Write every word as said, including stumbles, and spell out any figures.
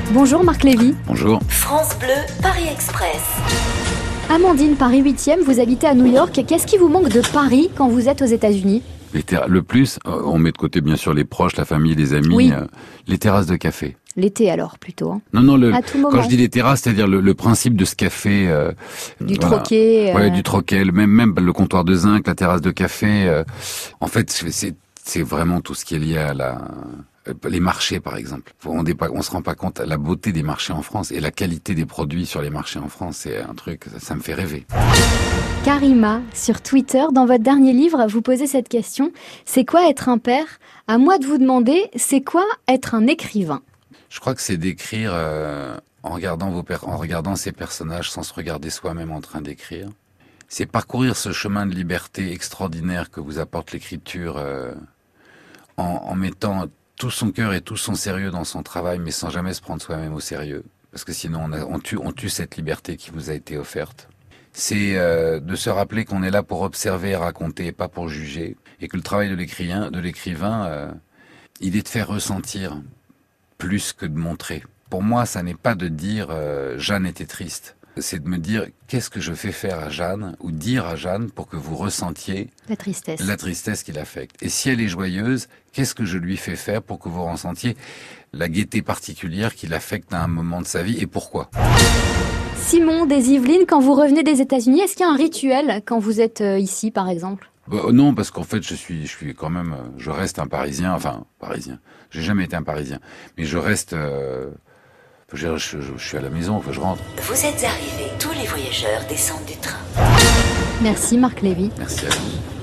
Bonjour Marc Lévy. Bonjour. France Bleu, Paris Express. Amandine, Paris huitième, vous habitez à New York. Qu'est-ce qui vous manque de Paris quand vous êtes aux États-Unis ? Les terra- le plus, on met de côté bien sûr les proches, la famille, les amis, Oui. euh, les terrasses de café. L'été alors, plutôt. Hein. Non, non, le, À tout moment. quand je dis les terrasses, c'est-à-dire le, le principe de ce café. Euh, Du voilà. troquet. euh, Ouais, du troquet, même, même le comptoir de zinc, la terrasse de café. euh, en fait, c'est, c'est vraiment tout ce qui est lié à la... Les marchés, par exemple. On ne on se rend pas compte la beauté des marchés en France et la qualité des produits sur les marchés en France. C'est un truc, ça, ça me fait rêver. Karima, sur Twitter, dans votre dernier livre, vous posez cette question. C'est quoi être un père ? À moi de vous demander, c'est quoi être un écrivain ? Je crois que c'est d'écrire euh, en regardant vos per- en regardant ces personnages sans se regarder soi-même en train d'écrire. C'est parcourir ce chemin de liberté extraordinaire que vous apporte l'écriture euh, en, en mettant tout son cœur et tout son sérieux dans son travail, mais sans jamais se prendre soi-même au sérieux. Parce que sinon, on, a, on, tue, on tue cette liberté qui vous a été offerte. C'est euh, de se rappeler qu'on est là pour observer et raconter, et pas pour juger. Et que le travail de l'écrivain, de l'écrivain euh, il est de faire ressentir plus que de montrer. Pour moi, ça n'est pas de dire euh, « Jeanne était triste ». C'est de me dire « Qu'est-ce que je fais faire à Jeanne ?» ou dire à Jeanne pour que vous ressentiez La tristesse. la tristesse qui l'affecte. Et si elle est joyeuse, qu'est-ce que je lui fais faire pour que vous ressentiez la gaieté particulière qui l'affecte à un moment de sa vie et pourquoi ? Simon, des Yvelines, quand vous revenez des États-Unis, est-ce qu'il y a un rituel quand vous êtes euh, ici, par exemple ? Bah, non, parce qu'en fait, je suis, je suis quand même, je reste un Parisien, enfin, Parisien. J'ai jamais été un Parisien, mais je reste, euh, je, je, je, je suis à la maison, enfin, je rentre. Vous êtes arrivés, tous les voyageurs descendent du train. Merci Marc Lévy. Merci à vous.